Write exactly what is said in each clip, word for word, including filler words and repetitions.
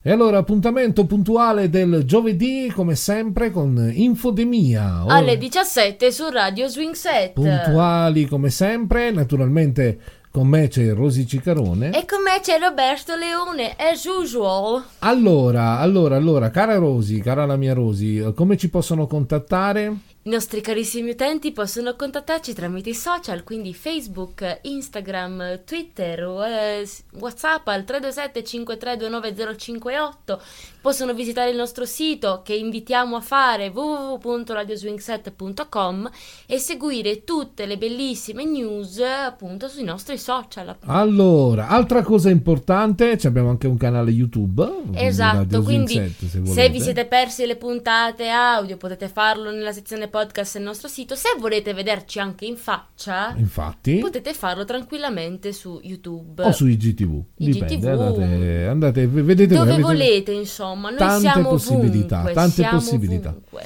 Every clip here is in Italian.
E allora, appuntamento puntuale del giovedì, come sempre, con Infodemia. Ora, alle diciassette su Radio Swing Set. puntuali come sempre, naturalmente con me c'è Rosy Cicarone. E con me c'è Roberto Leone, as usual. Allora, allora, allora, cara Rosy, cara la mia Rosy, come ci possono contattare? I nostri carissimi utenti possono contattarci tramite i social, quindi Facebook, Instagram, Twitter, eh, WhatsApp al tre due sette cinque tre due nove zero cinque otto. Possono visitare il nostro sito, che invitiamo a fare, w w w punto radio swing set punto com, e seguire tutte le bellissime news appunto sui nostri social. Appunto. Allora, altra cosa importante, abbiamo anche un canale YouTube. Esatto, quindi set, se, se vi siete persi le puntate audio potete farlo nella sezione podcast del nostro sito. Se volete vederci anche in faccia, infatti, potete farlo tranquillamente su YouTube o su I G T V, I G T V. Dipende, andate, andate, vedete dove voi, volete, insomma, noi tante siamo possibilità, ovunque, tante siamo possibilità. ovunque.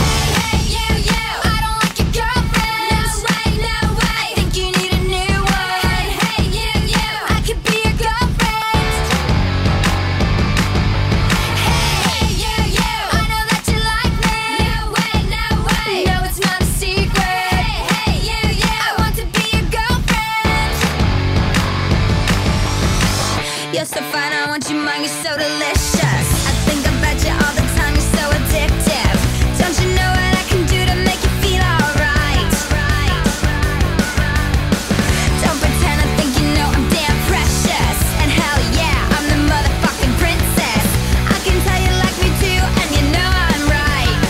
You're so fine, I want you mine, you're so delicious. I think about you all the time, you're so addictive. Don't you know what I can do to make you feel alright? Don't pretend I think you know I'm damn precious. And hell yeah, I'm the motherfucking princess. I can tell you like me too, and you know I'm right.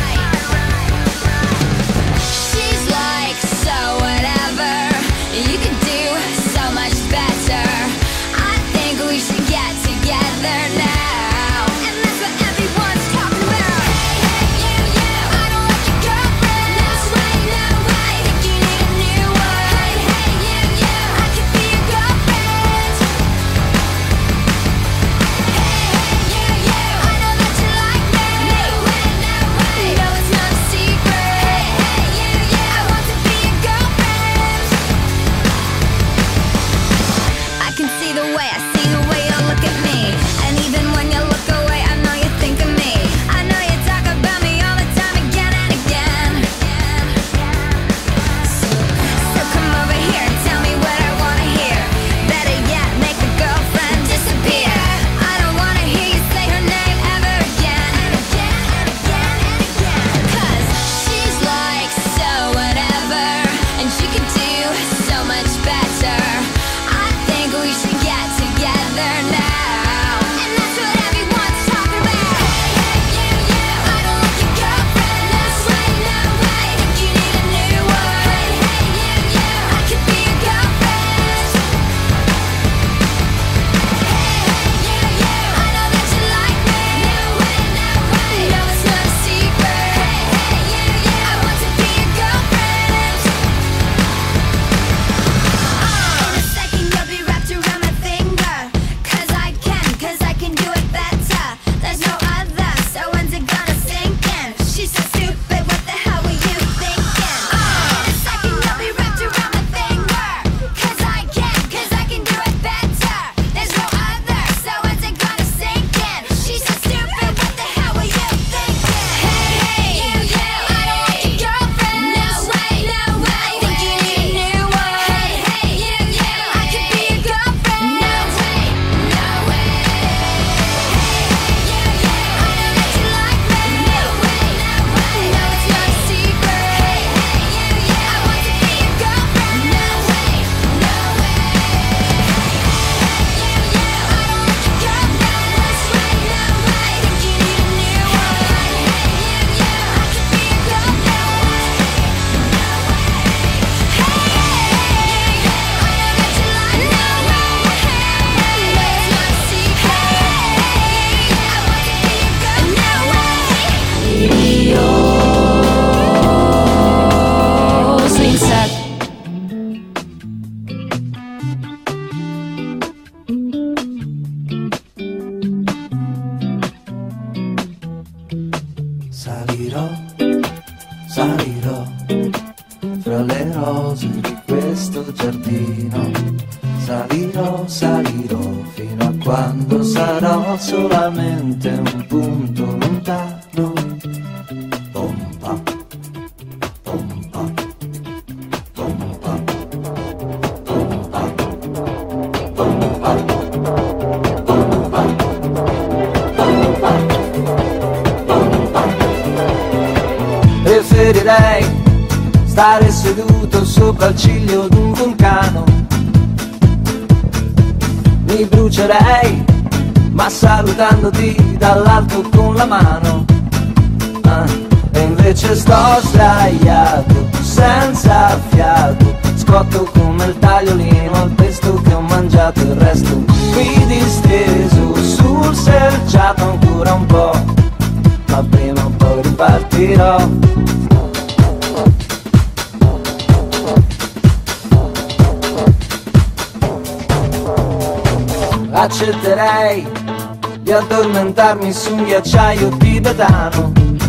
She's like, so whatever, you could do so much better. We should get together now, and that's what everyone's talking about. Hey, hey, you, you, I don't like your girlfriend. No way, no way, think you need a new one. Hey, hey, you, you, I could be your girlfriend. Hey, hey, you, you, I know that you like me. No way, no way, no, it's not a secret. Hey, hey, you, you, I want to be your girlfriend. I can see the way I see the way you look at me, and even when you look away, I know you think of me. I know you talk about me all the time, again and again. So, so come over here and tell me what I wanna hear. Better yet, make the girlfriend disappear. I don't wanna hear you say her name ever again. And again, and again, and again. Cause she's like, so whatever, and she could do so much better. I think we should get together now, and that's what everyone's talking about. Hey, hey, you, you, I don't like your girlfriend. No way, no way, think you need a new one. Hey, hey, you, you, I could be your girlfriend. Hey, hey, you, you, I know that you like me. No way, no way, no, it's not a secret. Hey, hey, you, you, I want to be your girlfriend. In a second you'll be wrapped around my finger. Cause I can, cause I can do it better. There's no other, so when's it gonna sink in? She's so stupid, what the hell were you thinking? In a second you'll be wrapped around my finger. Cause I can, cause I can do it better. There's no other, so when's it gonna sink in? She's so stupid, what the hell were you thinking? Hey, hey, you, you, I don't like your girlfriend. No way, no way, think you need a new one. Hey, hey, you, you, I could be your girlfriend. No way, no way. Hey, hey, you, you, I know that you like me. No way, no way, no, it's not a secret. Hey, hey, you, you, I want to be your girlfriend. No way, no way. Hey, you, you, I don't like your girlfriend. No way, no way, think you need a new one. Hey, hey, you, you, I could be your girlfriend. No way. Hey, hey, you, you, I know that you like me. No way, no, it's not a secret. Hey, I want to be your girlfriend. No way. Swing Set. Salirò, salirò fra le rose di questo giardino. Salirò, salirò fino a quando sarò solamente solamente un punto lontano. Pompa, pompa, pompa, pompa, pompa, pompa, pompa, pompa. Preferirei stare seduto sopra il ciglio d'un vulcano. Mi brucerei, ma salutandoti dall'alto con la mano. Ah, e invece sto sdraiato, senza fiato, scotto come il tagliolino al pesto che ho mangiato. Il resto qui disteso sul selciato ancora un po', ma prima o poi ripartirò. Accetterei di addormentarmi su un ghiacciaio tibetano.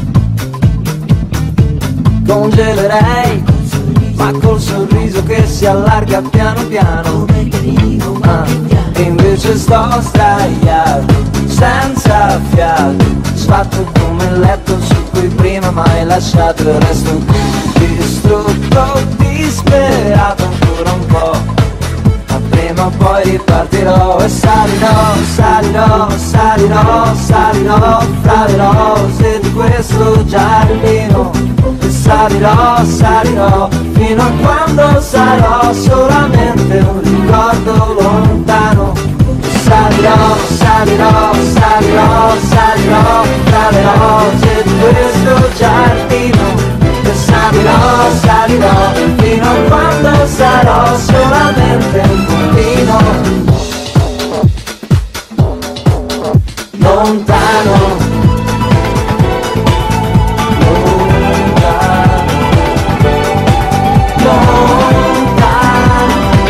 Congelerei, ma col sorriso che si allarga piano piano. Ah, e invece sto sdraiato, senza fiato, sfatto come il letto su cui prima m'hai lasciato. Il resto qui distrutto, disperato ancora un po', prima o poi ripartirò e salirò, salirò, salirò, salirò fra le rose di questo giardino. E salirò, salirò, fino a quando sarò solamente un ricordo lontano. E salirò, salirò, salirò, salirò fra le rose di questo giardino. E salirò, salirò, fino a quando sarò solamente un pochino lontano, lontano, lontano.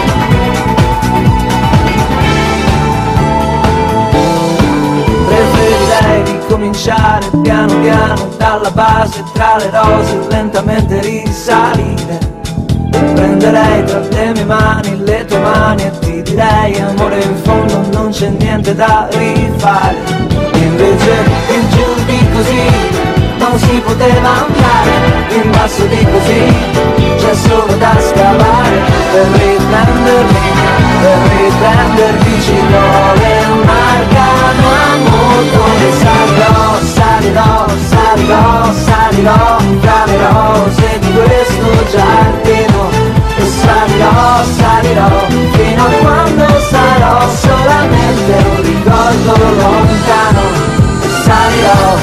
Preferirei ricominciare piano piano dalla base tra le rose, lentamente risalire. Prenderei tra le mie mani le tue mani e ti direi: amore, in fondo non c'è niente da rifare. E invece in giù di così non si poteva andare, in basso di così c'è solo da scavare. Per riprendermi, per riprendermi ci vuole un'arcano a motore. Salirò, salirò, salirò, salirò fra le rose di questo giardino. E salirò, salirò, fino a quando sarò solamente un ricordo lontano. E salirò,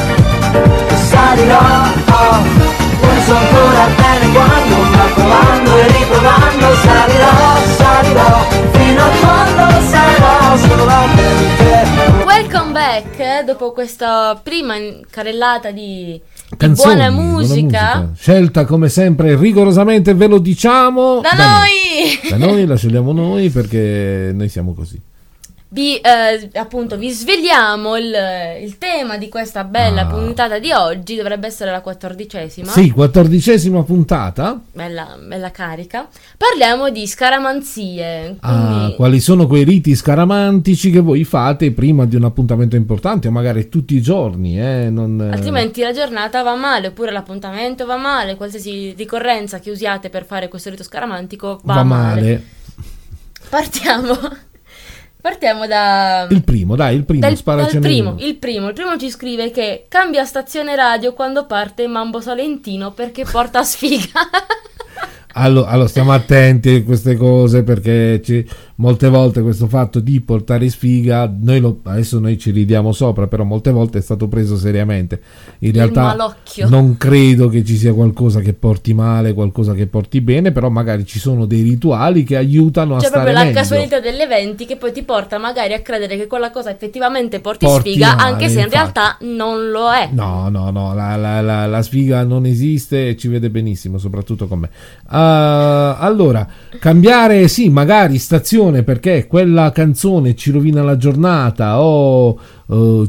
e salirò, oh, non so ancora bene quando, ma provando e riprovando salirò, salirò, fino a quando sarò solamente. Welcome back, dopo questa prima carrellata di... Canzoni, buona musica. buona musica scelta come sempre rigorosamente, ve lo diciamo, da, da noi. da noi la scegliamo noi perché noi siamo così. Vi eh, appunto vi svegliamo il, il tema di questa bella Ah. puntata di oggi. Dovrebbe essere la quattordicesima. Sì, quattordicesima puntata. Bella, bella carica. Parliamo di scaramanzie. Quindi... Ah, quali sono quei riti scaramantici che voi fate prima di un appuntamento importante o magari tutti i giorni, eh? Non, altrimenti la giornata va male, oppure l'appuntamento va male, qualsiasi ricorrenza che usiate per fare questo rito scaramantico va, va male. male. Partiamo. Partiamo da... Il primo, dai, il primo, dal, dal sparacene primo, uno. il primo, il primo ci scrive che cambia stazione radio quando parte Mambo Salentino perché porta sfiga. Allora, allora stiamo attenti a queste cose perché ci, molte volte questo fatto di portare sfiga, noi lo, adesso noi ci ridiamo sopra, però molte volte è stato preso seriamente. In Il realtà malocchio. non credo che ci sia qualcosa che porti male, qualcosa che porti bene, però magari ci sono dei rituali che aiutano a C'è stare proprio la meglio. casualità degli eventi che poi ti porta magari a credere che quella cosa effettivamente porti, Porti sfiga, male, anche se in infatti. realtà non lo è. No, no, no, la, la, la, la sfiga non esiste e ci vede benissimo, soprattutto con me. Uh, allora, cambiare, sì, magari stazione perché quella canzone ci rovina la giornata o uh,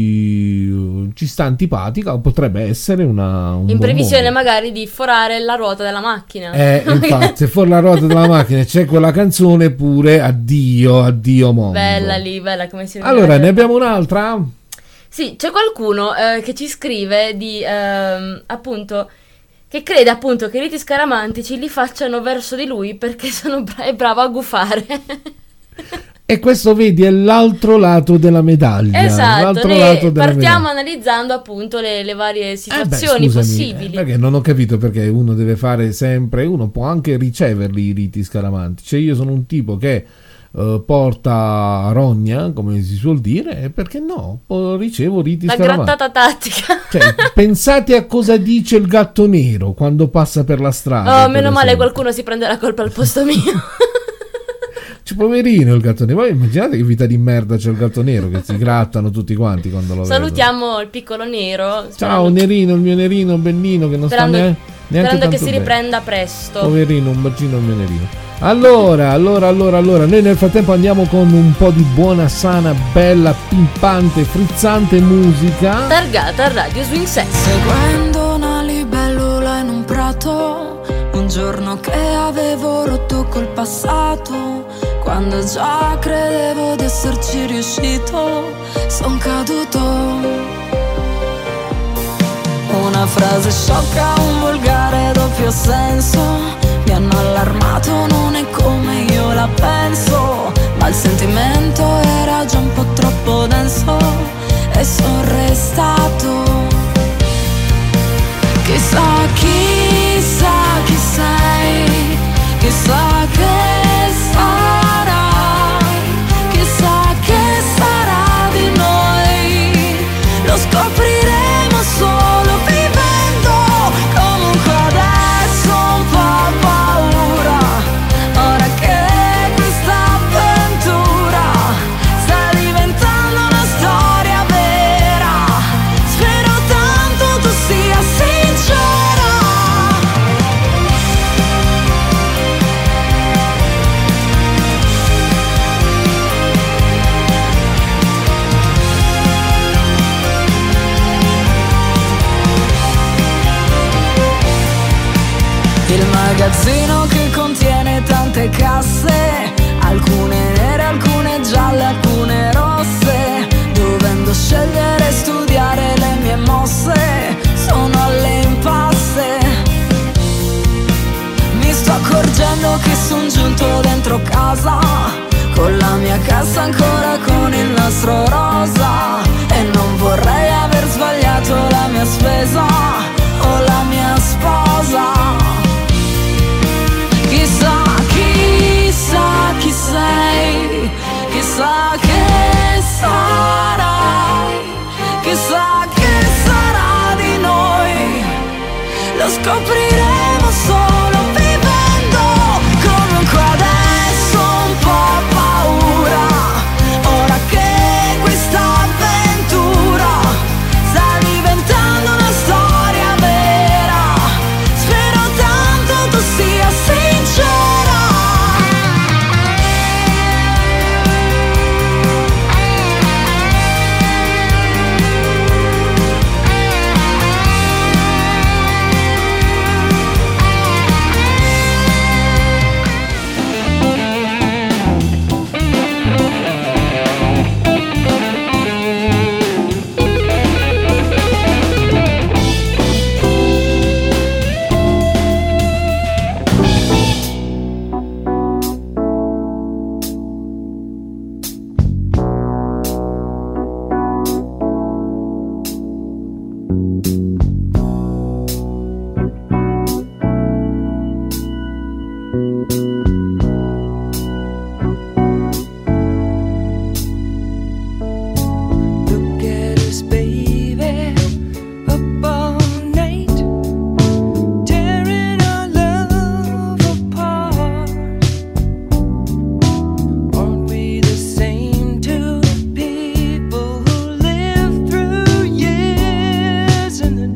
ci, ci sta antipatica, o potrebbe essere una, un In buon previsione modo. magari di forare la ruota della macchina. Eh, infatti, se fuori la ruota della macchina c'è quella canzone pure, addio, addio mondo. Bella lì, bella come si Allora, ne abbiamo un'altra? Sì, c'è qualcuno eh, che ci scrive di ehm, appunto che crede appunto che i riti scaramantici li facciano verso di lui perché sono bra- è bravo a gufare. E questo, vedi, è l'altro lato della medaglia. Esatto, l'altro noi lato della partiamo medaglia. analizzando appunto le, le varie Eh beh, situazioni scusami, possibili. eh, perché non ho capito perché uno deve fare sempre, uno può anche riceverli i riti scaramantici. Cioè io sono un tipo che eh, porta rogna, come si suol dire, e perché no? Poi ricevo riti La scaramantici. grattata tattica. Cioè, pensate a cosa dice il gatto nero quando passa per la strada. Oh, per meno male esempio. qualcuno si prende la colpa al posto mio. Cioè, poverino il gatto nero. Voi immaginate che vita di merda c'è il gatto nero che si grattano tutti quanti quando lo vedono. Salutiamo il piccolo nero. Ciao sperando- Nerino, il mio Nerino bellino che non Sperando, sta neanche, neanche sperando che tanto si bene. riprenda presto. Poverino, un bacino al mio Nerino. Allora, allora, allora, allora, noi nel frattempo andiamo con un po' di buona, sana, bella, pimpante, frizzante musica. Targata a Radio Swing Set. Seguendo una libellula in un prato, un giorno che avevo rotto col passato, quando già credevo di esserci riuscito, son caduto. Una frase sciocca, un volgare doppio senso, mi hanno allarmato, non è come io la penso, ma il sentimento era già un po' troppo denso e son restato. Chissà, chissà chi sei, chissà che sarai, chissà che sarà di noi, lo scopriremo solo vivendo. Comunque adesso un po' paura, ora che questa avventura sta diventando una storia vera, spero tanto tu sia sincera. Il magazzino che contiene tante casse, alcune nere, alcune gialle, alcune rosse, dovendo scegliere e studiare le mie mosse, sono alle impasse. Mi sto accorgendo che son giunto dentro casa, con la mia cassa ancora con il nastro rosa, e non vorrei aver sbagliato la mia spesa o la mia sposa. Chissà, chissà chi sei, chissà che sarai, chissà che sarà di noi, lo scopriremo solo vivendo. Comunque adesso un po' paura, ora che questa avventura sta diventando una storia vera, spero tanto tu sia sincera. Look at us, baby, up all night, tearing our love apart. Aren't we the same two people who lived through years in the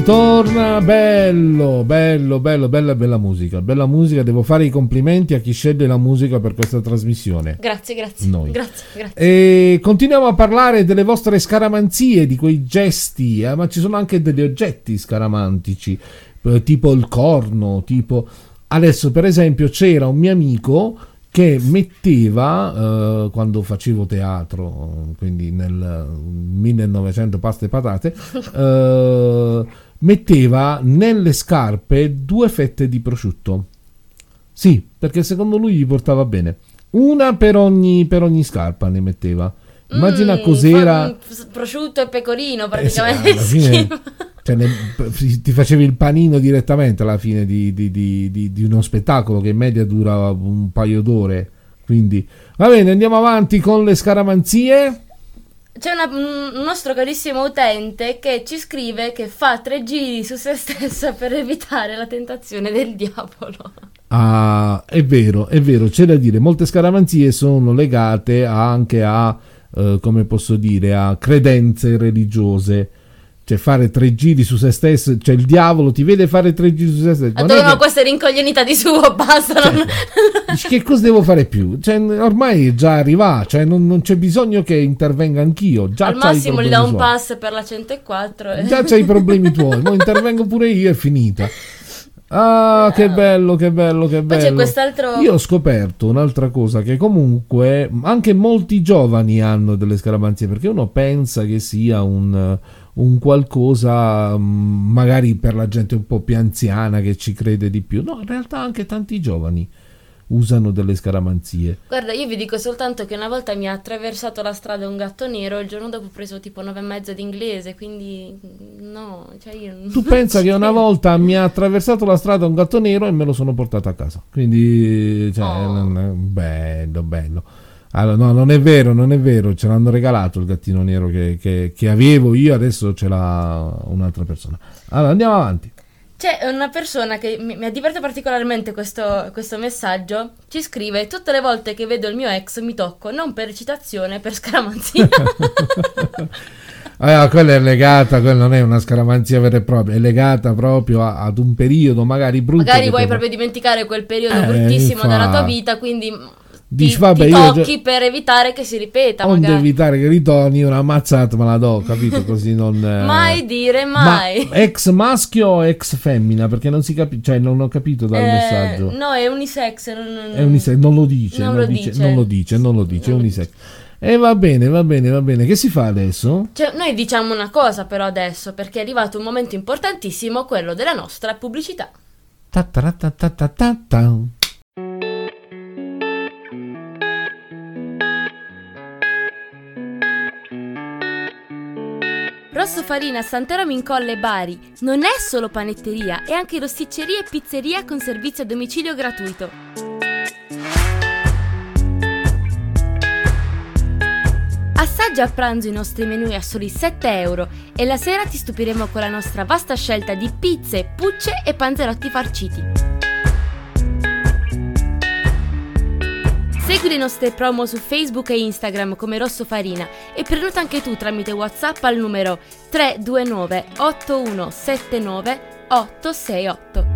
ritorna, bello, bello, bello, bella, bella musica, bella musica, devo fare i complimenti a chi sceglie la musica per questa trasmissione. Grazie, grazie, Noi. grazie, grazie. E continuiamo a parlare delle vostre scaramanzie, di quei gesti, eh, ma ci sono anche degli oggetti scaramantici, eh, tipo il corno, tipo... Adesso per esempio c'era un mio amico che metteva, eh, quando facevo teatro, quindi nel millenovecento pasta e patate, eh, metteva nelle scarpe due fette di prosciutto. Sì, perché secondo lui gli portava bene. Una per ogni, per ogni scarpa ne metteva. Immagina Mm, cos'era... fa- prosciutto e pecorino Eh sì, praticamente. alla fine, Sì. cioè, ne- ti facevi il panino direttamente alla fine di, di- di- di- di uno spettacolo che in media dura un paio d'ore. Quindi va bene, andiamo avanti con le scaramanzie. C'è una- un nostro carissimo utente che ci scrive che fa tre giri su se stessa per evitare la tentazione del diavolo. Ah, è vero, è vero, c'è da dire, molte scaramanzie sono legate anche a, eh, come posso dire, a credenze religiose. Cioè fare tre giri su se stesso, cioè il diavolo ti vede fare tre giri su se stesso. Non No, è no, che- questa è rincoglionita di suo, basta. non- Dici, che cosa devo fare più? Cioè, ormai è già arriva, cioè non, non c'è bisogno che intervenga anch'io. Già Al c'hai i massimo gli problemi dà un suoi. pass per la centoquattro. e- Già c'hai i problemi tuoi, mo intervengo pure io e finita. Ah, che bello, che bello, che Poi bello. c'è quest'altro. Io ho scoperto un'altra cosa, che comunque anche molti giovani hanno delle scaramanzie, perché uno pensa che sia un, un qualcosa mm, magari per la gente un po' più anziana che ci crede di più. No, in realtà anche tanti giovani usano delle scaramanzie. Guarda, io vi dico soltanto che una volta mi ha attraversato la strada un gatto nero e il giorno dopo ho preso tipo nove e mezzo di inglese, quindi no, cioè io non Tu pensa ci che una credo. volta mi ha attraversato la strada un gatto nero e me lo sono portato a casa. Quindi, cioè, Oh. non è- bello, bello. Allora, no, non è vero, non è vero. Ce l'hanno regalato il gattino nero che, che- che avevo io, adesso ce l'ha un'altra persona. Allora, andiamo avanti. C'è una persona che mi, mi ha divertito particolarmente questo, questo messaggio, ci scrive: tutte le volte che vedo il mio ex mi tocco, non per eccitazione, per scaramanzia. Allora, quella è legata, quella non è una scaramanzia vera e propria, è legata proprio a- ad un periodo magari brutto. Magari che vuoi ti- proprio dimenticare quel periodo Eh, bruttissimo della tua infatti. vita, quindi Dici, ti, vabbè, ti io tocchi già- per evitare che si ripeta. Onde Magari. evitare che ritorni, una ammazzata me la do, capito? Così non... eh, Mai dire mai. Ma ex maschio o ex femmina? Perché non si capisce, cioè non ho capito dal Eh, messaggio. No, è unisex. Non, non- È unisex, non lo dice, Non non, lo dice, dice. non lo dice, non lo dice, è Non lo unisex. E va bene, va bene, va bene. Che si fa adesso? Cioè, noi diciamo una cosa però adesso, perché è arrivato un momento importantissimo, quello della nostra pubblicità. Ta ta ta ta ta ta ta. Rosso Farina Santeramo in Colle Bari non è solo panetteria, è anche rosticceria e pizzeria con servizio a domicilio gratuito. Assaggia a pranzo i nostri menù a soli sette euro e la sera ti stupiremo con la nostra vasta scelta di pizze, pucce e panzerotti farciti. Segui le nostre promo su Facebook e Instagram come Rosso Farina e prenota anche tu tramite WhatsApp al numero tre due nove otto uno sette nove otto sei otto.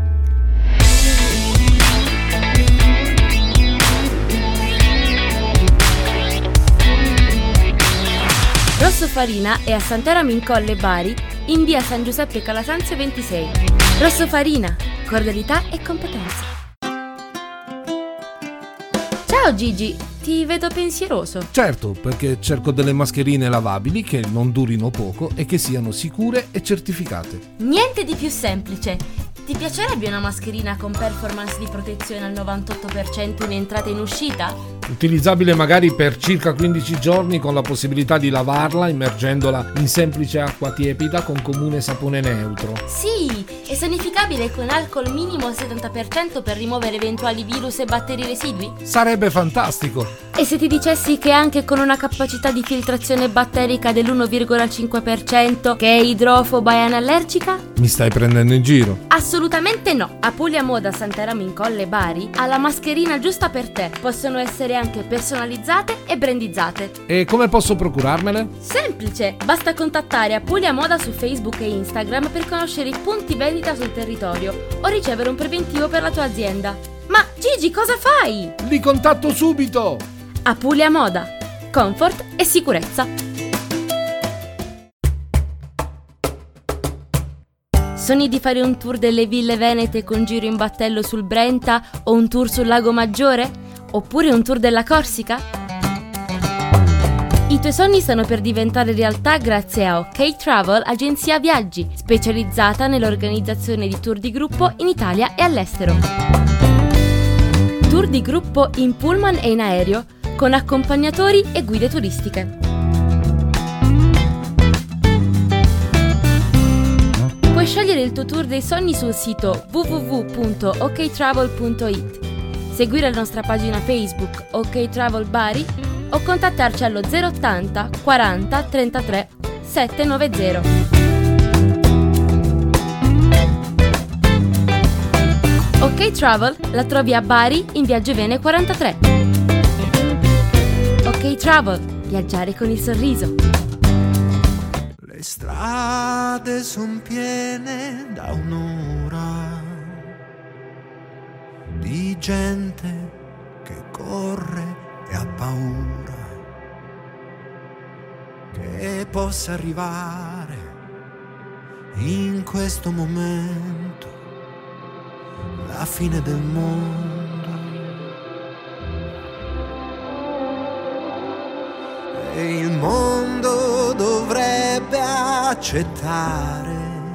Rosso Farina è a Santeramo in Colle Bari, in via San Giuseppe Calasanzio ventisei. Rosso Farina, cordialità e competenza. Ciao Gigi, ti vedo pensieroso. Certo, perché cerco delle mascherine lavabili che non durino poco e che siano sicure e certificate. Niente di più semplice. Ti piacerebbe una mascherina con performance di protezione al novantotto per cento in entrata e in uscita? Utilizzabile magari per circa quindici giorni con la possibilità di lavarla immergendola in semplice acqua tiepida con comune sapone neutro. Sì, e sanificabile con alcol minimo al settanta per cento per rimuovere eventuali virus e batteri residui? Sarebbe fantastico! E se ti dicessi che anche con una capacità di filtrazione batterica dell'uno virgola cinque per cento che è idrofoba e anallergica? Mi stai prendendo in giro? Assolutamente no! A Puglia Moda Santeramo in Colle Bari ha la mascherina giusta per te. Possono essere anche personalizzate e brandizzate. E come posso procurarmele? Semplice, basta contattare Apulia Moda su Facebook e Instagram per conoscere i punti vendita sul territorio o ricevere un preventivo per la tua azienda. Ma Gigi, cosa fai? Li contatto subito! Apulia Moda, comfort e sicurezza. Sogni di fare un tour delle ville venete con giro in battello sul Brenta o un tour sul Lago Maggiore? Oppure un tour della Corsica? I tuoi sogni stanno per diventare realtà grazie a OK Travel, agenzia viaggi, specializzata nell'organizzazione di tour di gruppo in Italia e all'estero. Tour di gruppo in pullman e in aereo, con accompagnatori e guide turistiche. Puoi scegliere il tuo tour dei sogni sul sito w w w punto o k travel punto i t, seguire la nostra pagina Facebook OK Travel Bari o contattarci allo zero ottanta quaranta trentatré settecentonovanta. OK Travel la trovi a Bari in via Giovene quarantatré. OK Travel, viaggiare con il sorriso. Le strade son piene da un'ora di gente che corre e ha paura che possa arrivare in questo momento la fine del mondo. E il mondo dovrebbe accettare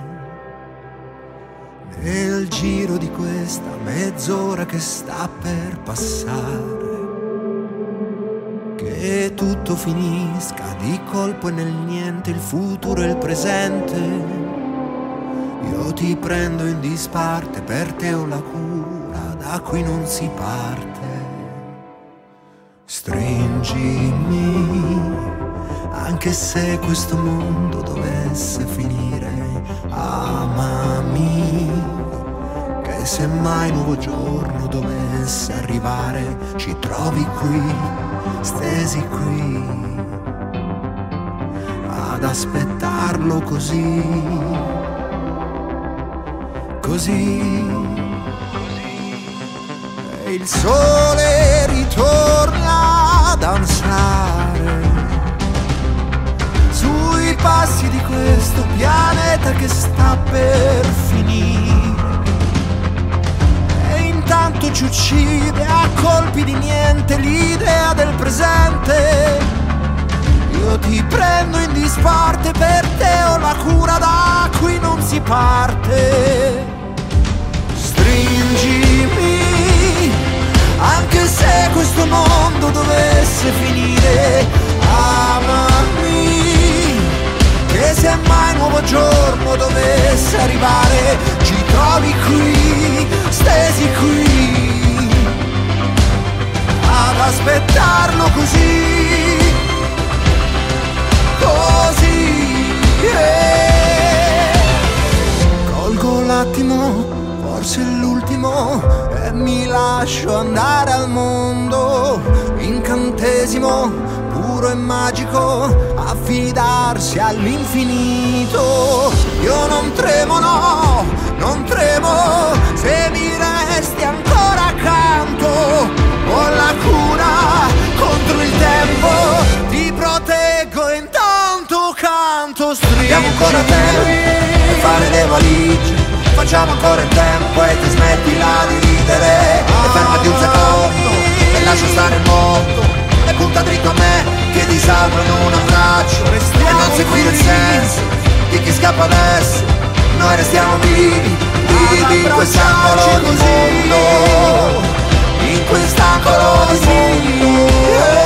nel giro di questa mezz'ora che sta per passare che tutto finisca di colpo e nel niente il futuro e il presente. Io ti prendo in disparte, per te ho la cura, da qui non si parte. Stringimi, anche se questo mondo dovesse finire, amami, che se mai un nuovo giorno dovesse arrivare, ci trovi qui, stesi qui, ad aspettarlo così, così. E il sole ritorna a danzare sui passi di questo pianeta che sta per finire, e intanto ci uccide a colpi di niente l'idea del presente. Io ti prendo in disparte, per te ho la cura, da qui non si parte. Stringimi, anche se questo mondo dovesse finire, amami, che se mai un nuovo giorno dovesse arrivare, ci trovi qui, stesi qui, ad aspettarlo così, così, yeah. Colgo l'attimo, forse è l'ultimo, e mi lascio andare al mondo, incantesimo puro e magico, affidarsi all'infinito. Io non tremo, no, non tremo, se mi resti ancora accanto, ho la cura contro il tempo, ti proteggo e intanto canto. Abbiamo ancora tempo per fare le valigie, facciamo ancora in tempo e ti smettila di ridere, e fermati un secondo e lascia stare il mondo, e punta dritto a me che ti salvo in un abbraccio, e non seguire il senso di chi scappa adesso. Noi restiamo vivi, vivi in quest'angolo di mondo, in quest'angolo di mondo.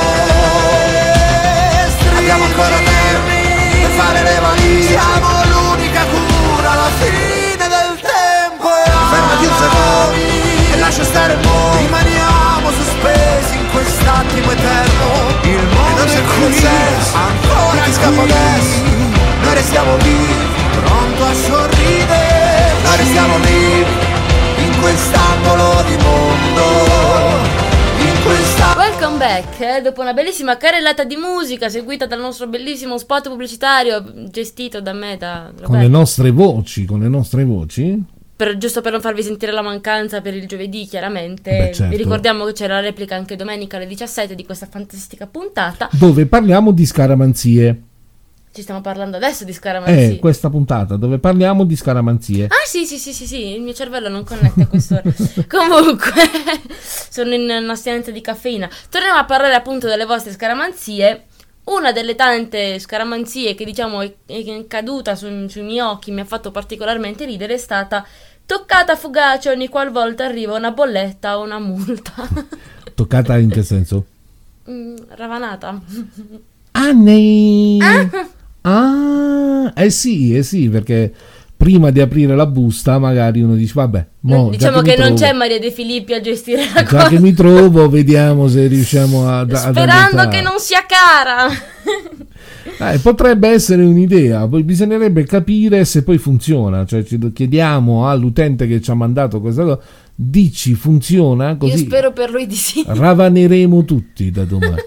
Abbiamo ancora tempo per fare le valigie, siamo l'unica cura alla fine del tempo. Fermati un secondo e lascia stare il mondo, rimaniamo sospesi in quest'attimo eterno. Il mondo è qui, ancora chi scappa adesso. Noi restiamo vivi, pronto a sorridere. Noi restiamo vivi in quest'angolo di mondo, in questa... Welcome back! eh, dopo una bellissima carrellata di musica seguita dal nostro bellissimo spot pubblicitario gestito da me, da Roberto. Con le nostre voci, con le nostre voci. Per, giusto per non farvi sentire la mancanza per il giovedì, chiaramente. Beh, certo. Vi ricordiamo che c'è la replica anche domenica alle diciassette di questa fantastica puntata. Dove parliamo di scaramanzie. Ci stiamo parlando adesso di scaramanzie. Eh, questa puntata dove parliamo di scaramanzie. Ah sì, sì, sì, sì, sì, il mio cervello non connette a quest'ora. Comunque, sono in un'astinenza di caffeina. Torniamo a parlare appunto delle vostre scaramanzie. Una delle tante scaramanzie che diciamo è, è caduta su, sui miei occhi, mi ha fatto particolarmente ridere, è stata toccata fugace ogni qualvolta arriva una bolletta o una multa. Toccata in che senso? Mm, ravanata. Ah, nei... ah, eh sì, eh sì, perché prima di aprire la busta magari uno dice vabbè, mo, diciamo che, che non trovo, c'è Maria De Filippi a gestire la già cosa. che mi trovo, vediamo se riusciamo a, a sperando ad che non sia cara. Eh, potrebbe essere un'idea, poi bisognerebbe capire se poi funziona, cioè ci chiediamo all'utente che ci ha mandato questa cosa, dici funziona così? Io spero per lui di sì. Ravaneremo tutti da domani.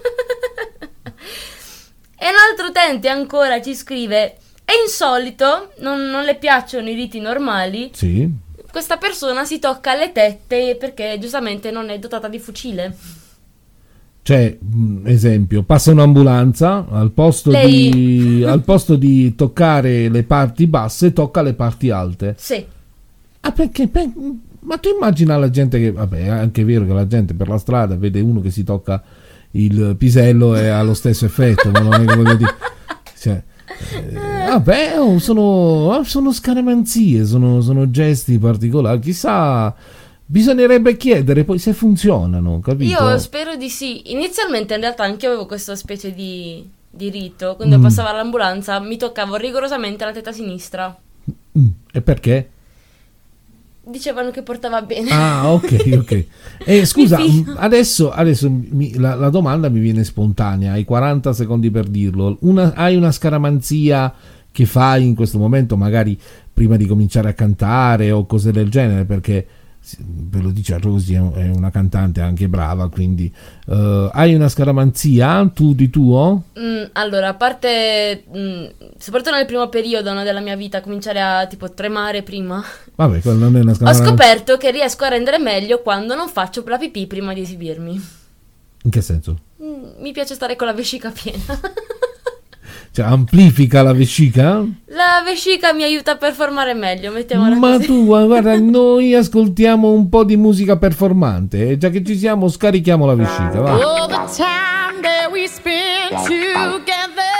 E un altro utente ancora ci scrive: è insolito, non, non le piacciono i riti normali. Sì. Questa persona si tocca le tette perché giustamente non è dotata di fucile. Cioè, mh, esempio, passa un'ambulanza, al posto, Lei- di, al posto di toccare le parti basse, tocca le parti alte. Sì. Ah, perché? per- ma tu immagina la gente che, vabbè, è anche vero che la gente per la strada vede uno che si tocca il pisello e ha lo stesso effetto, ma non è che voglio dire. Cioè, eh, vabbè, oh, sono, sono scaramanzie, sono, sono gesti particolari, chissà. Bisognerebbe chiedere poi se funzionano, capito? Io spero di sì. Inizialmente in realtà anche io avevo questa specie di, di rito. Quando Mm. passavo all'ambulanza mi toccavo rigorosamente la tetta sinistra. Mm, e perché? Dicevano che portava bene. Ah, ok, ok. E scusa, Mi fido. mh, adesso, adesso mi- la, la domanda mi viene spontanea, hai quaranta secondi per dirlo. Una, hai una scaramanzia che fai in questo momento, magari prima di cominciare a cantare o cose del genere, perché sì, ve lo dice Rosy, è un- è una cantante anche brava, quindi eh, hai una scaramanzia tu di tuo? Mm, allora, a parte, mm, soprattutto nel primo periodo, no, della mia vita, cominciare a tipo tremare prima, Vabbè, quello non è una ho scaramanzia. scoperto che riesco a rendere meglio quando non faccio la pipì prima di esibirmi. In che senso? Mm, mi piace stare con la vescica piena. Cioè, amplifica la vescica? La vescica mi aiuta a performare meglio, mettiamola Ma così. tu, guarda, noi ascoltiamo un po' di musica performante e già che ci siamo scarichiamo la vescica, va. All the time that we spend together,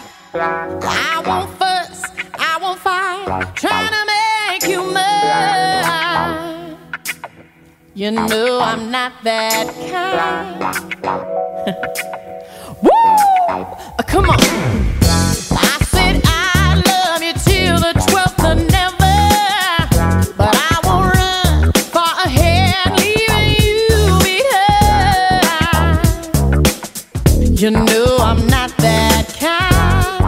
I won't fuss, I won't fight, trying to make you mine. You know I'm not that kind. Woo! Uh, Come on. I said I love you till the twelfth of never, but I won't run far ahead, leaving you behind. You know I'm not that kind,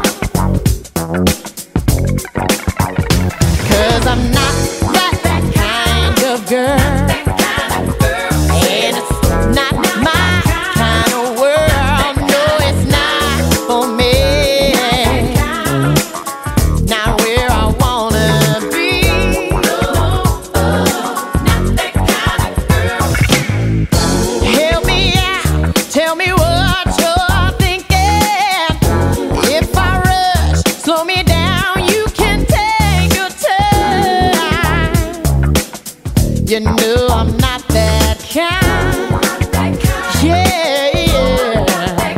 'cause I'm not that, that kind of girl, and it's not my kind of world. No, it's not for me, not where I wanna be. Help me out, tell me what you're thinking. If I rush, slow me down, you can take your time. You know I'm not that kind. Yeah, yeah.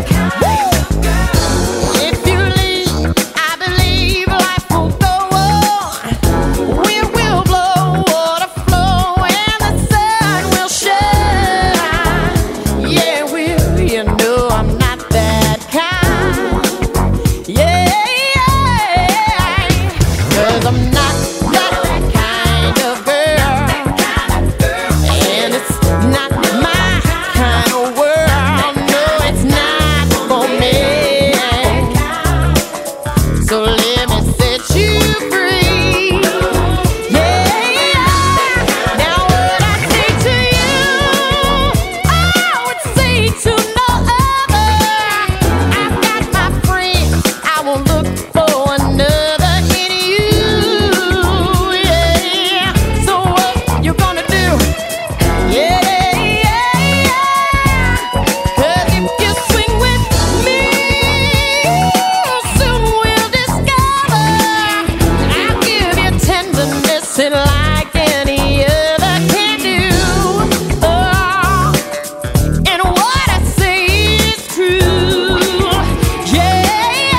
If you leave, I believe life will go on. Wind will blow, water flow, and the sun will shine. Yeah, it will. You know I'm not that kind. Yeah, yeah. 'Cause I'm not that kind of girl, and it's not dancing like any other can do. Oh, and what I say is true. Yeah,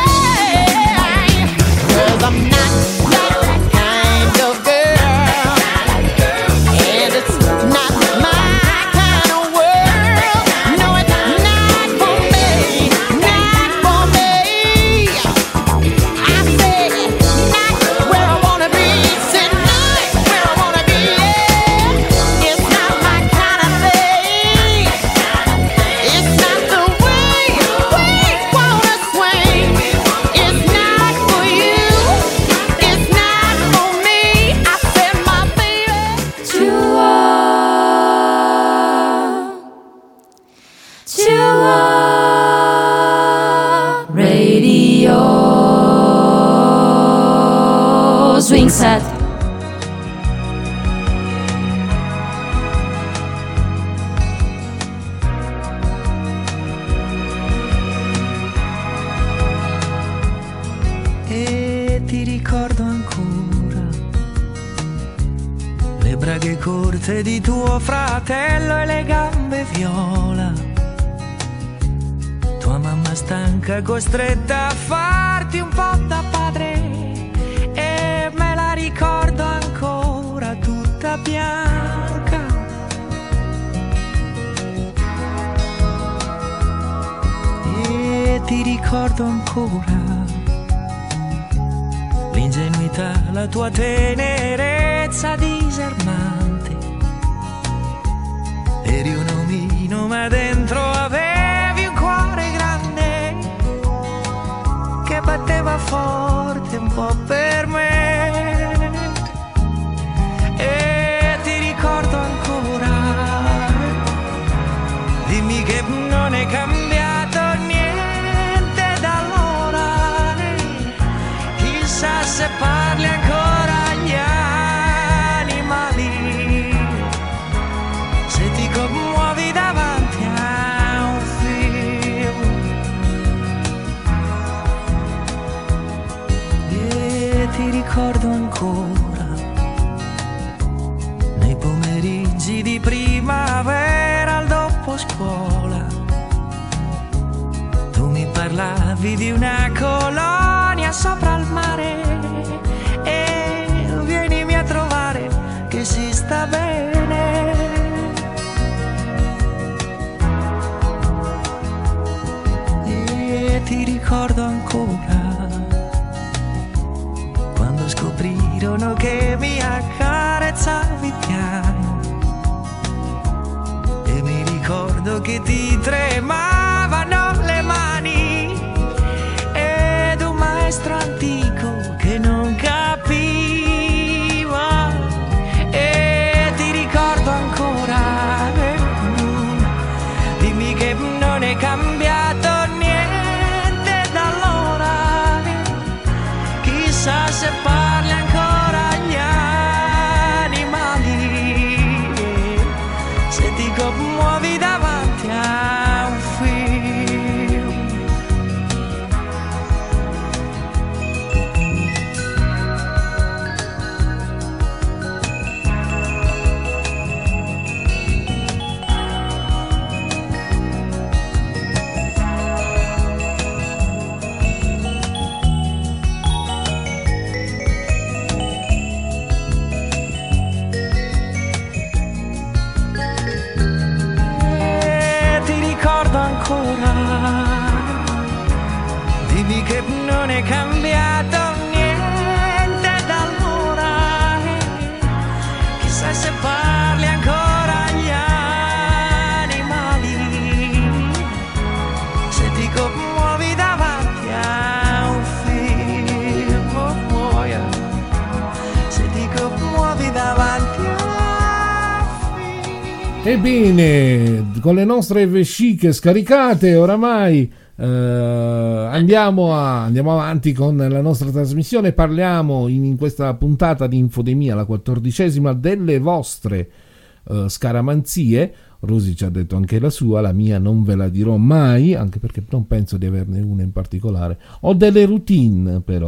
'cause I'm not that kind of girl, and it's not my kind of world. No, it's not for me, not for me. I said, not where I wanna be, said not where I wanna be. Yeah. It's not my kind of thing. It's not the way we wanna swing. It's not for you. It's not for me. I said, my baby. Chua, Chua Radio Swing Set. E ti ricordo ancora le braghe corte di tuo fratello e le gambe viola. Tua mamma stanca costretta a farti un po' da padre, e me la ricordo ancora tutta bianca. E ti ricordo ancora l'ingenuità, la tua tenerezza disarmante. Eri un omino ma dentro avevi un cuore grande che batteva forte un po' per me. E ti ricordo ancora, dimmi che non è cambiato niente da allora. Chissà se parli ancora agli animali, se ti commuovi davanti a un film. E ti ricordo ancora nei pomeriggi di primavera al dopo scuola, tu mi parlavi di una colonia sopra il mare, e vienimi a trovare che si sta bene. E ti ricordo ancora quando scoprirono che mi accarezzavi piano, e mi ricordo che ti tremavano le mani, ed un maestro antico che non capiva. E ti ricordo ancora, eh, dimmi che non è cambiato niente da allora. Chissà se parli ancora agli animali, se ti commuovi davanti a un film. E ti ricordo ancora, dimmi che non è cambiato niente da allora. Chissà se parli ancora agli animali, se ti commuovi davanti a un film. Oh, yeah. Se ti commuovi davanti a un film. Ebbene, con le nostre vesciche scaricate oramai eh, andiamo, a, andiamo avanti con la nostra trasmissione. Parliamo in, in questa puntata di Infodemia, la quattordicesima, delle vostre eh, scaramanzie. Rosy ci ha detto anche la sua, la mia non ve la dirò mai, anche perché non penso di averne una in particolare. Ho delle routine però.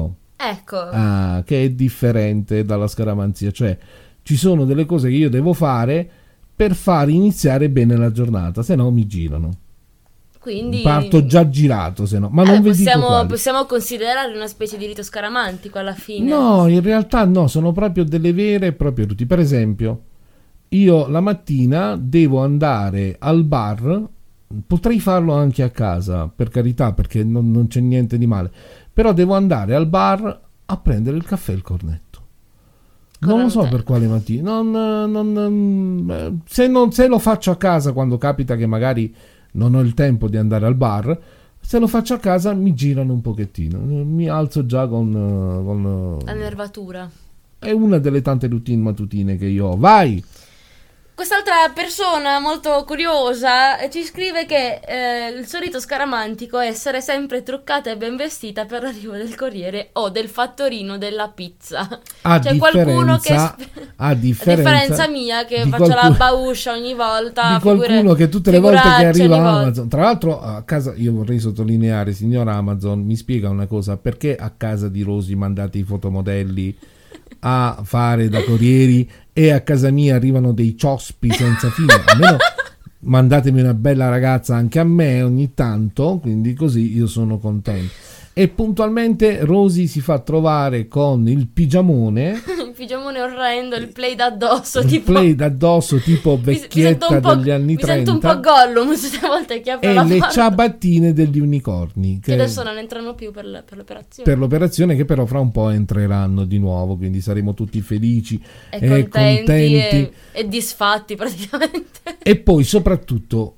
Ecco. Ah, che è differente dalla scaramanzia, cioè ci sono delle cose che io devo fare per far iniziare bene la giornata, se no mi girano. Quindi Parto già girato, se no. Ma non eh, vi dico possiamo, quali. possiamo considerare una specie di rito scaramantico alla fine. No, in realtà no, sono proprio delle vere e proprie routine. Per esempio, io la mattina devo andare al bar, potrei farlo anche a casa, per carità, perché non, non c'è niente di male, però devo andare al bar a prendere il caffè e il cornetto. Con Non la lo so Nutella. per quale motivo. Non, non- non- se, non, se lo faccio a casa, quando capita che magari non ho il tempo di andare al bar, se lo faccio a casa mi girano un pochettino. Mi alzo già con... con La nervatura. è una delle tante routine mattutine che io ho. Vai! Quest'altra persona molto curiosa eh, ci scrive che eh, il suo rito scaramantico è essere sempre truccata e ben vestita per l'arrivo del corriere o del fattorino della pizza. A C'è qualcuno che differenza- sp- a a differenza differenza mia che di faccio la qualcuno- bauscia ogni volta, di qualcuno figure- che tutte le volte che figuracce arriva ogni volta. Amazon, tra l'altro a casa, io vorrei sottolineare, signora Amazon, mi spiega una cosa: perché a casa di Rosy mandate i fotomodelli a fare da corrieri e a casa mia arrivano dei ciospi senza fine? Almeno mandatemi una bella ragazza anche a me ogni tanto, quindi così io sono contento. E puntualmente Rosy si fa trovare con il pigiamone, Il pigiamone orrendo, il play da addosso, il tipo play d'addosso tipo mi- mi sento vecchietta un po'- degli anni mi sento un trenta, po' Gollum tutte le volte che apro e la le porta, ciabattine degli unicorni che che adesso non entrano più per, l- per l'operazione. per l'operazione, che però fra un po' entreranno di nuovo, quindi saremo tutti felici e e contenti, contenti. E, e disfatti praticamente. E poi soprattutto,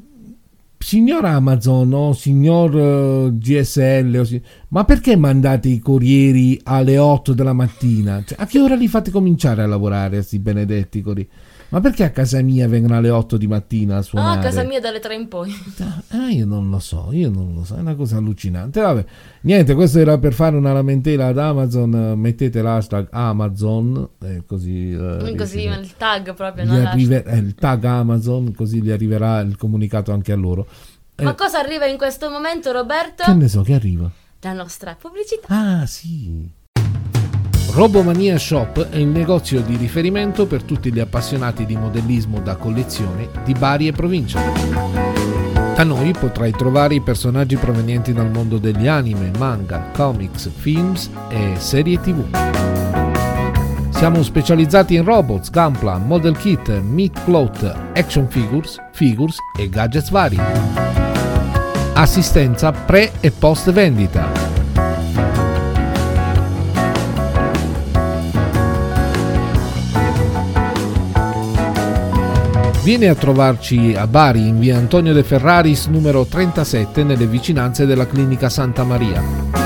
signor Amazon o signor eh, G S L, o si- ma perché mandate i corrieri alle otto della mattina? Cioè, a che ora li fate cominciare a lavorare questi benedetti corrieri? Ma perché a casa mia vengono alle otto di mattina a No, suonare? a casa mia dalle tre in poi. Ah, io non lo so, io non lo so, è una cosa allucinante. Vabbè, niente, questo era per fare una lamentela ad Amazon. eh, Mettete l'hashtag Amazon, eh, così, eh, Così, riuscite- ma il tag proprio, gli non arrive- eh, il tag Amazon, così gli arriverà il comunicato anche a loro. Eh, Ma cosa arriva in questo momento, Roberto? che ne so, che arriva? La nostra pubblicità. Ah, sì. Robomania Shop è il negozio di riferimento per tutti gli appassionati di modellismo da collezione di Bari e provincia. Da noi potrai trovare i personaggi provenienti dal mondo degli anime, manga, comics, films e serie tivù. Siamo specializzati in robots, gunpla, model kit, meat cloth, action figures, figures e gadgets vari. Assistenza pre e post vendita. Vieni a trovarci a Bari in via Antonio De Ferraris numero trentasette, nelle vicinanze della clinica Santa Maria.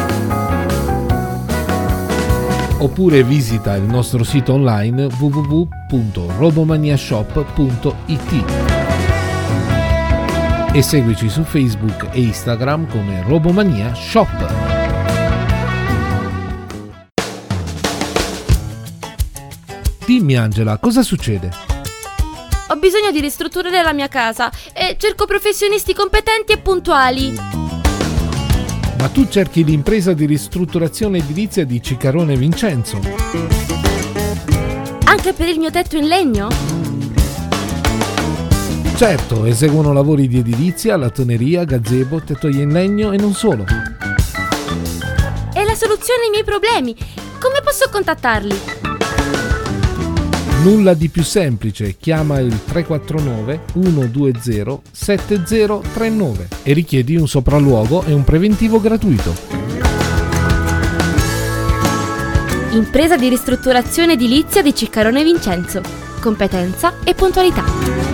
Oppure visita il nostro sito online w w w punto robomaniashop punto i t e seguici su Facebook e Instagram come Robomania Shop. Dimmi Angela, cosa succede? Ho bisogno di ristrutturare la mia casa e cerco professionisti competenti e puntuali. Ma tu cerchi l'impresa di ristrutturazione edilizia di Ciccarone Vincenzo. Anche per il mio tetto in legno? Certo, eseguono lavori di edilizia, lattoneria, gazebo, tettoie in legno e non solo. È la soluzione ai miei problemi. Come posso contattarli? Nulla di più semplice, chiama il tre quattro nove uno due zero sette zero tre nove e richiedi un sopralluogo e un preventivo gratuito. Impresa di ristrutturazione edilizia di Ciccarone Vincenzo. Competenza e puntualità.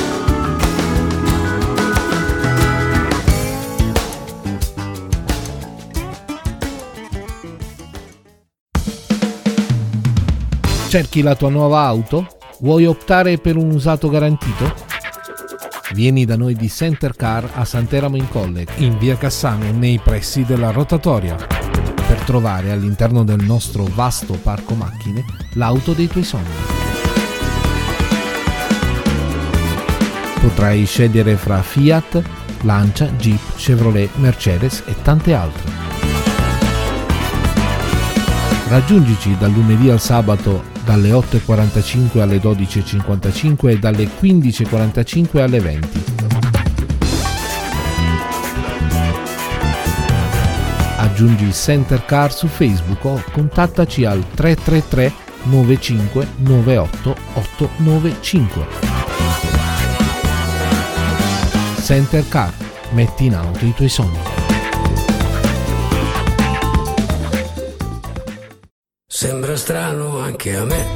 Cerchi la tua nuova auto? Vuoi optare per un usato garantito? Vieni da noi di Center Car a Sant'Eramo in Colle, in via Cassano, nei pressi della rotatoria, per trovare all'interno del nostro vasto parco macchine l'auto dei tuoi sogni. Potrai scegliere fra Fiat, Lancia, Jeep, Chevrolet, Mercedes e tante altre. Raggiungici dal lunedì al sabato dalle otto e quarantacinque alle dodici e cinquantacinque e dalle quindici e quarantacinque alle venti. Aggiungi Center Car su Facebook o contattaci al tre tre tre nove cinque nove otto otto nove cinque. Center Car, metti in auto i tuoi sogni. Sembra strano anche a me,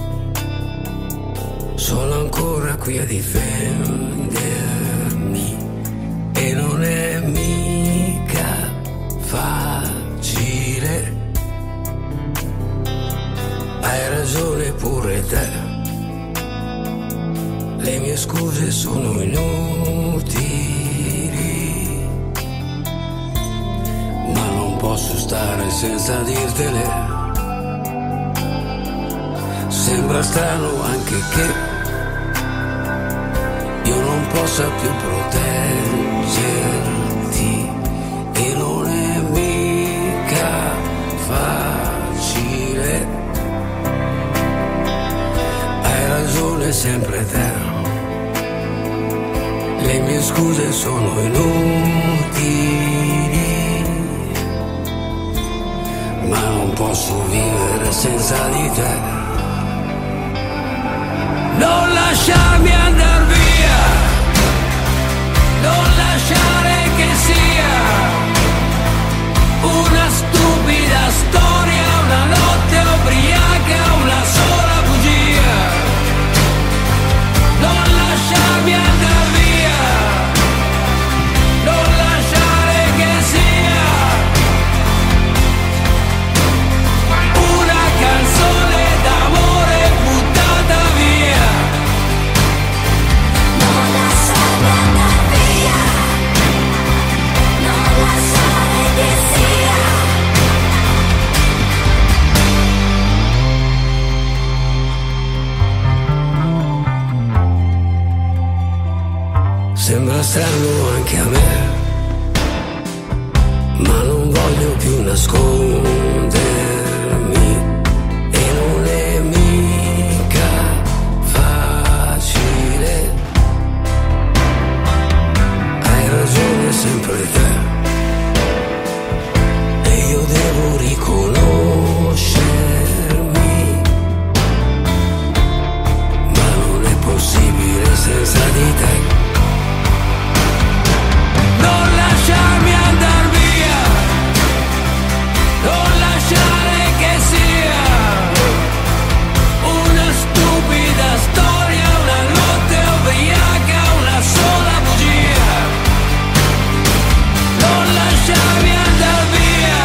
sono ancora qui a difendermi e non è mica facile. Hai ragione pure te, le mie scuse sono inutili, ma non posso stare senza dirtele. Sembra strano anche che io non possa più proteggerti e non è mica facile. Hai ragione sempre te, le mie scuse sono inutili, ma non posso vivere senza di te. Non lasciarmi andar via, non lasciare che sia una stupida storia, una notte ubriaca, una sola bugia. Non lasciarmi andar via, non lasciare che sia una canzone d'amore buttata via. Sembra strano anche a me, ma non voglio più nascondermi e non è mica facile. Hai ragione sempre te e io devo riconoscermi, ma non è possibile senza di te. Non lasciarmi andar via, non lasciare che sia una stupida storia, una notte ubriaca, una sola bugia. Non lasciarmi andar via,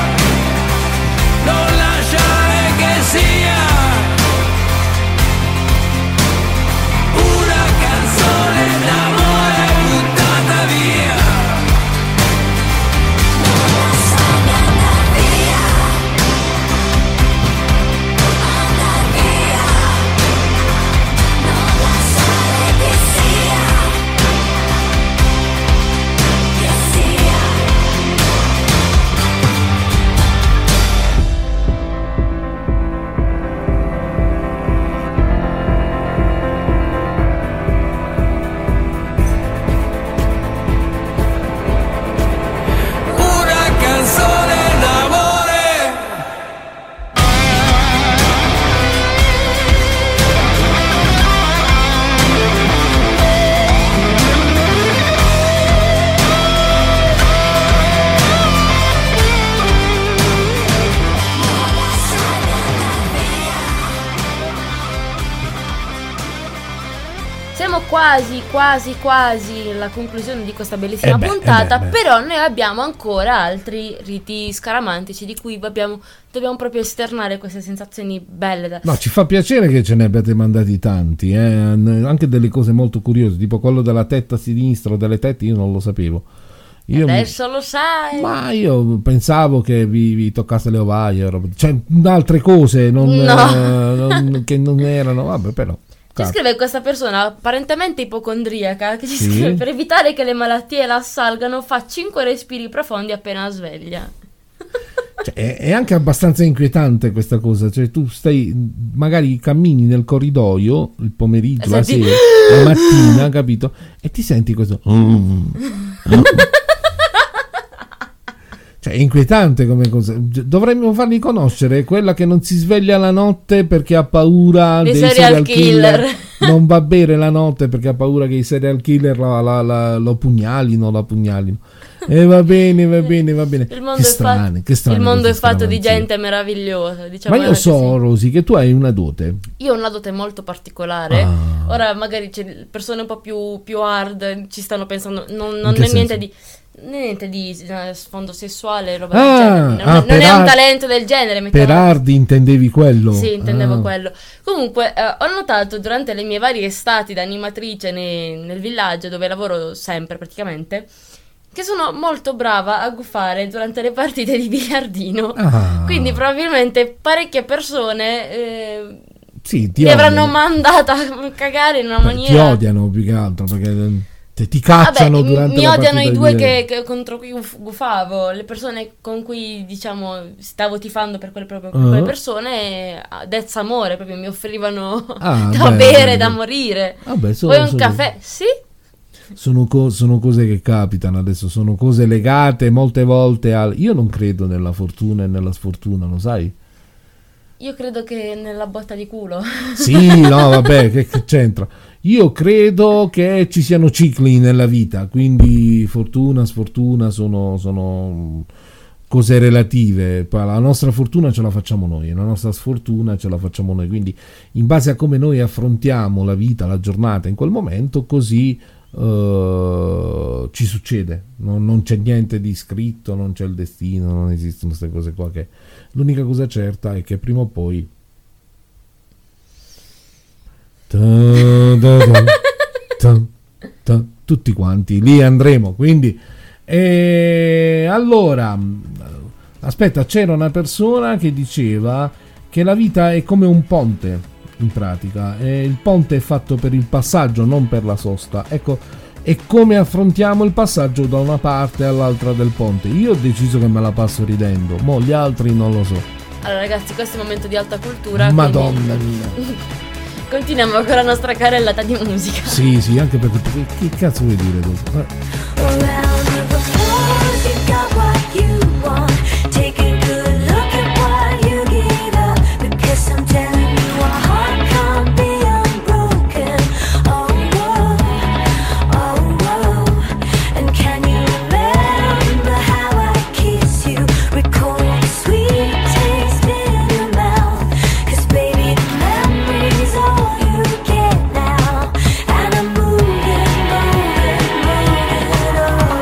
non lasciare che sia una canzone d'amore buttata via. Quasi, quasi, quasi la conclusione di questa bellissima Eh beh, puntata, eh beh, beh. però noi abbiamo ancora altri riti scaramantici di cui abbiamo, dobbiamo proprio esternare queste sensazioni belle. Da... No, ci fa piacere che ce ne abbiate mandati tanti, eh? Anche delle cose molto curiose, tipo quello della tetta sinistra o delle tette, io non lo sapevo. Io Adesso mi... lo sai. Ma io pensavo che vi, vi toccasse le ovaie, roba- cioè altre cose non, No. eh, non- che non erano, vabbè, però. Ci scrive questa persona apparentemente ipocondriaca che ci Sì. scrive: per evitare che le malattie la assalgano fa cinque respiri profondi appena sveglia. Cioè, è, è anche abbastanza inquietante questa cosa, cioè tu stai, magari cammini nel corridoio il pomeriggio, la Senti- sera, la mattina, capito? E ti senti questo... Cioè, è inquietante come cosa. Dovremmo farli conoscere quella che non si sveglia la notte perché ha paura Dei dei serial serial killer. killer. Non va a bere la notte perché ha paura che i serial killer la, la, la- lo pugnalino, la pugnalino. E va bene, va bene, va bene. Il mondo, Che è, strane, fatto, che strane il mondo è queste fatto di scaramanzie. gente meravigliosa. Diciamo Ma io so, così. Rosy, che tu hai una dote. Io ho una dote molto particolare. Ah. Ora magari c'è persone un po' più, più hard ci stanno pensando. Non, non che è niente senso? di. Niente di eh, sfondo sessuale, roba Ah, del genere. Non, ah, non per è un ar- talento del genere. Per mettiamo- Hardy intendevi quello? Sì, intendevo Ah. quello. Comunque, eh, ho notato durante le mie varie estati da animatrice ne- nel villaggio, dove lavoro sempre praticamente, che sono molto brava a guffare durante le partite di biliardino. Ah. Quindi probabilmente parecchie persone eh, Sì, ti mi avranno odiano. mandata a cagare in una Beh, maniera... ti odiano più che altro perché te- ti Vabbè, cacciano mi- durante mi la odiano partita i di due biliardo. che, che- contro cui guf- gufavo, le persone con cui diciamo stavo tifando per quelle, proprio, per Ah. quelle persone, a dezza amore, proprio mi offrivano Ah, da beh, bere, beh, da beh. morire. Vabbè, so- Vuoi un so- caffè? Sì? Sono, co- sono cose che capitano adesso, sono cose legate molte volte al... Io non credo nella fortuna e nella sfortuna, lo sai? Io credo che nella botta di culo. Sì, no, vabbè, che, che c'entra? Io credo che ci siano cicli nella vita, quindi fortuna, sfortuna sono, sono cose relative. Poi la nostra fortuna ce la facciamo noi e la nostra sfortuna ce la facciamo noi, quindi in base a come noi affrontiamo la vita, la giornata in quel momento, così eh, ci succede. Non, non c'è niente di scritto, non c'è il destino, non esistono queste cose qua. Che l'unica cosa certa è che prima o poi ta da da, ta ta, tutti quanti lì andremo. Quindi e allora aspetta, c'era una persona che diceva che la vita è come un ponte, in pratica, e il ponte è fatto per il passaggio, non per la sosta. Ecco, e come affrontiamo il passaggio da una parte all'altra del ponte. Io ho deciso che me la passo ridendo, mo gli altri non lo so. Allora ragazzi, questo è un momento di alta cultura. Madonna quindi mia. continuiamo con la nostra carrellata di musica. Sì, sì, anche perché, perché che cazzo vuoi dire tu? Eh. Around the floors, you got what you want. Take a good look at what you give up. Because I'm telling you, a heart can't be unbroken. Oh, whoa, oh, whoa. And can you remember how I kiss you? Recall the sweet taste in your mouth. 'Cause baby, the memory's all you get now. And I'm moving, moving, moving on.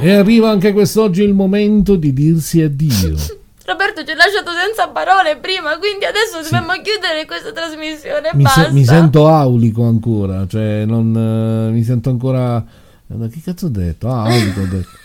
E arriva anche quest'oggi il momento di dirsi addio. Roberto ci ha lasciato senza parole prima, quindi adesso Sì. dobbiamo chiudere questa trasmissione. Mi, Basta. se- mi sento aulico ancora, cioè non eh, mi sento ancora. eh, Che cazzo ho detto? Ah, aulico ho detto.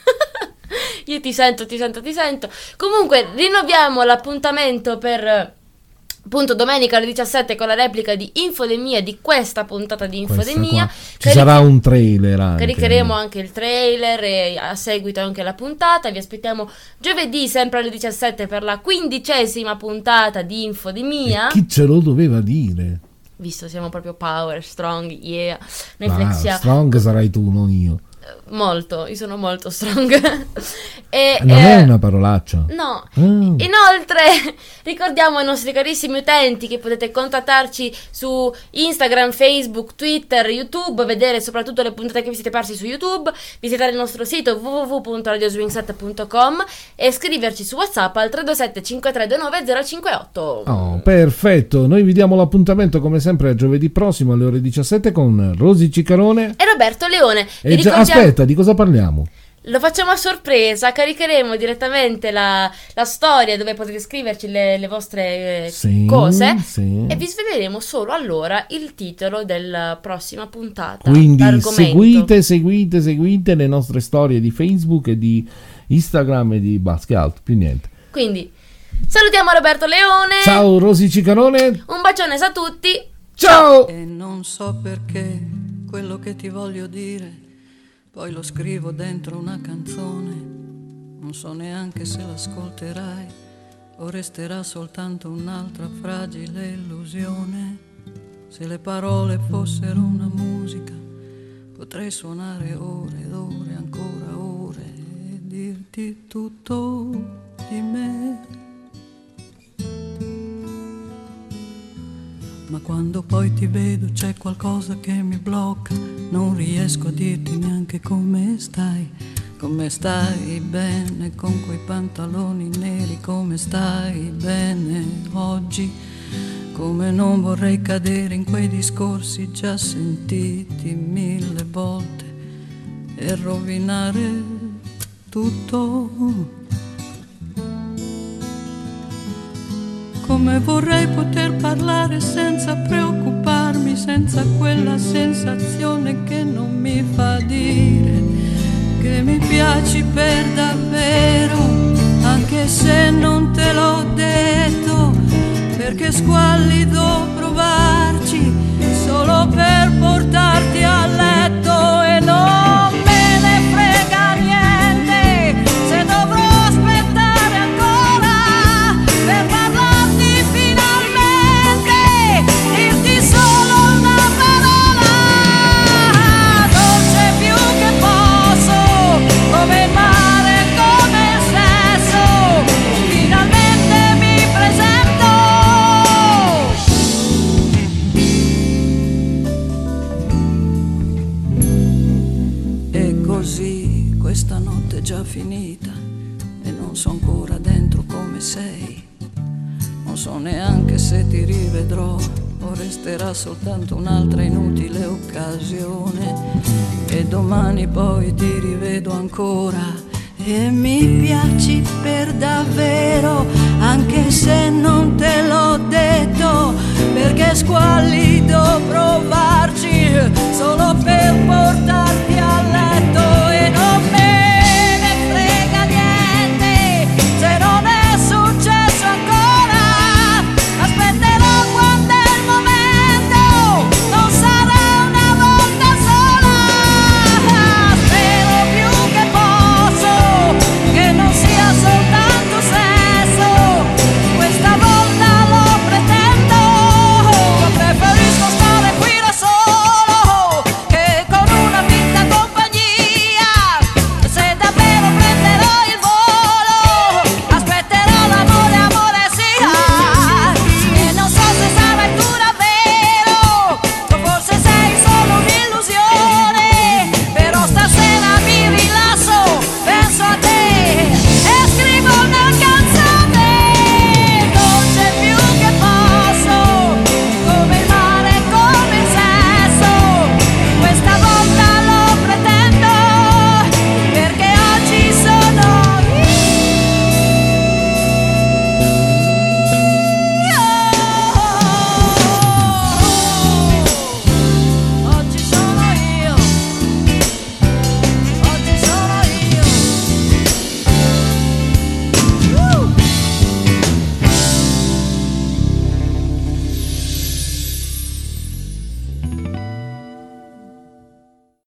Io ti sento, ti sento, ti sento. Comunque, rinnoviamo l'appuntamento per appunto domenica alle diciassette con la replica di Infodemia, di questa puntata di Questa Infodemia. qua. Ci Carichi- sarà un trailer anche. Caricheremo anche il trailer e a seguito anche la puntata. Vi aspettiamo giovedì sempre alle diciassette per la quindicesima puntata di Infodemia. E chi ce lo doveva dire? Visto siamo proprio power, strong, yeah. Noi Ah, flexiamo. strong sarai tu, non io. Molto, io sono molto strong. e, Non eh, è una parolaccia. No. Ah. Inoltre ricordiamo ai nostri carissimi utenti che potete contattarci su Instagram, Facebook, Twitter, YouTube, vedere soprattutto le puntate che vi siete persi su YouTube, visitare il nostro sito w w w punto radio swing set punto com e scriverci su WhatsApp al tre due sette cinque tre due nove zero cinque otto. Oh, perfetto, noi vi diamo l'appuntamento come sempre a giovedì prossimo alle ore diciassette con Rosy Ciccarone. E Roberto Leone. Vi E già, ricordiamo- aspetta, di cosa parliamo? Lo facciamo a sorpresa, caricheremo direttamente la, la storia dove potete scriverci le, le vostre eh, Sì, cose sì. e vi sveleremo solo allora il titolo della prossima puntata. Quindi l'argomento. seguite, seguite, seguite le nostre storie di Facebook e di Instagram e di basta, che altro, più niente. Quindi salutiamo Roberto Leone. Ciao Rosy Ciccarone. Un bacione a tutti. Ciao. E non so perché quello che ti voglio dire, poi lo scrivo dentro una canzone. Non so neanche se l'ascolterai o resterà soltanto un'altra fragile illusione. Se le parole fossero una musica, potrei suonare ore ed ore, ancora ore, e dirti tutto di me. Ma quando poi ti vedo c'è qualcosa che mi blocca, non riesco a dirti neanche come stai. Come stai bene con quei pantaloni neri, come stai bene oggi. Come non vorrei cadere in quei discorsi già sentiti mille volte e rovinare tutto. Come vorrei poter parlare senza preoccuparmi, senza quella sensazione che non mi fa dire che mi piaci per davvero, anche se non te l'ho detto, perché è squallido provarci solo per portarti a letto e non me ne frega niente se dovrò aspettare ancora per parlarti finalmente, dirti solo una parola dolce più che posso, come il mare, come il sesso, finalmente mi presento. E così questa notte è già finita e non so ancora dentro come sei. Non so neanche se ti rivedrò o resterà soltanto un'altra inutile occasione. E domani poi ti rivedo ancora e mi piaci per davvero, anche se non te l'ho detto, perché è squallido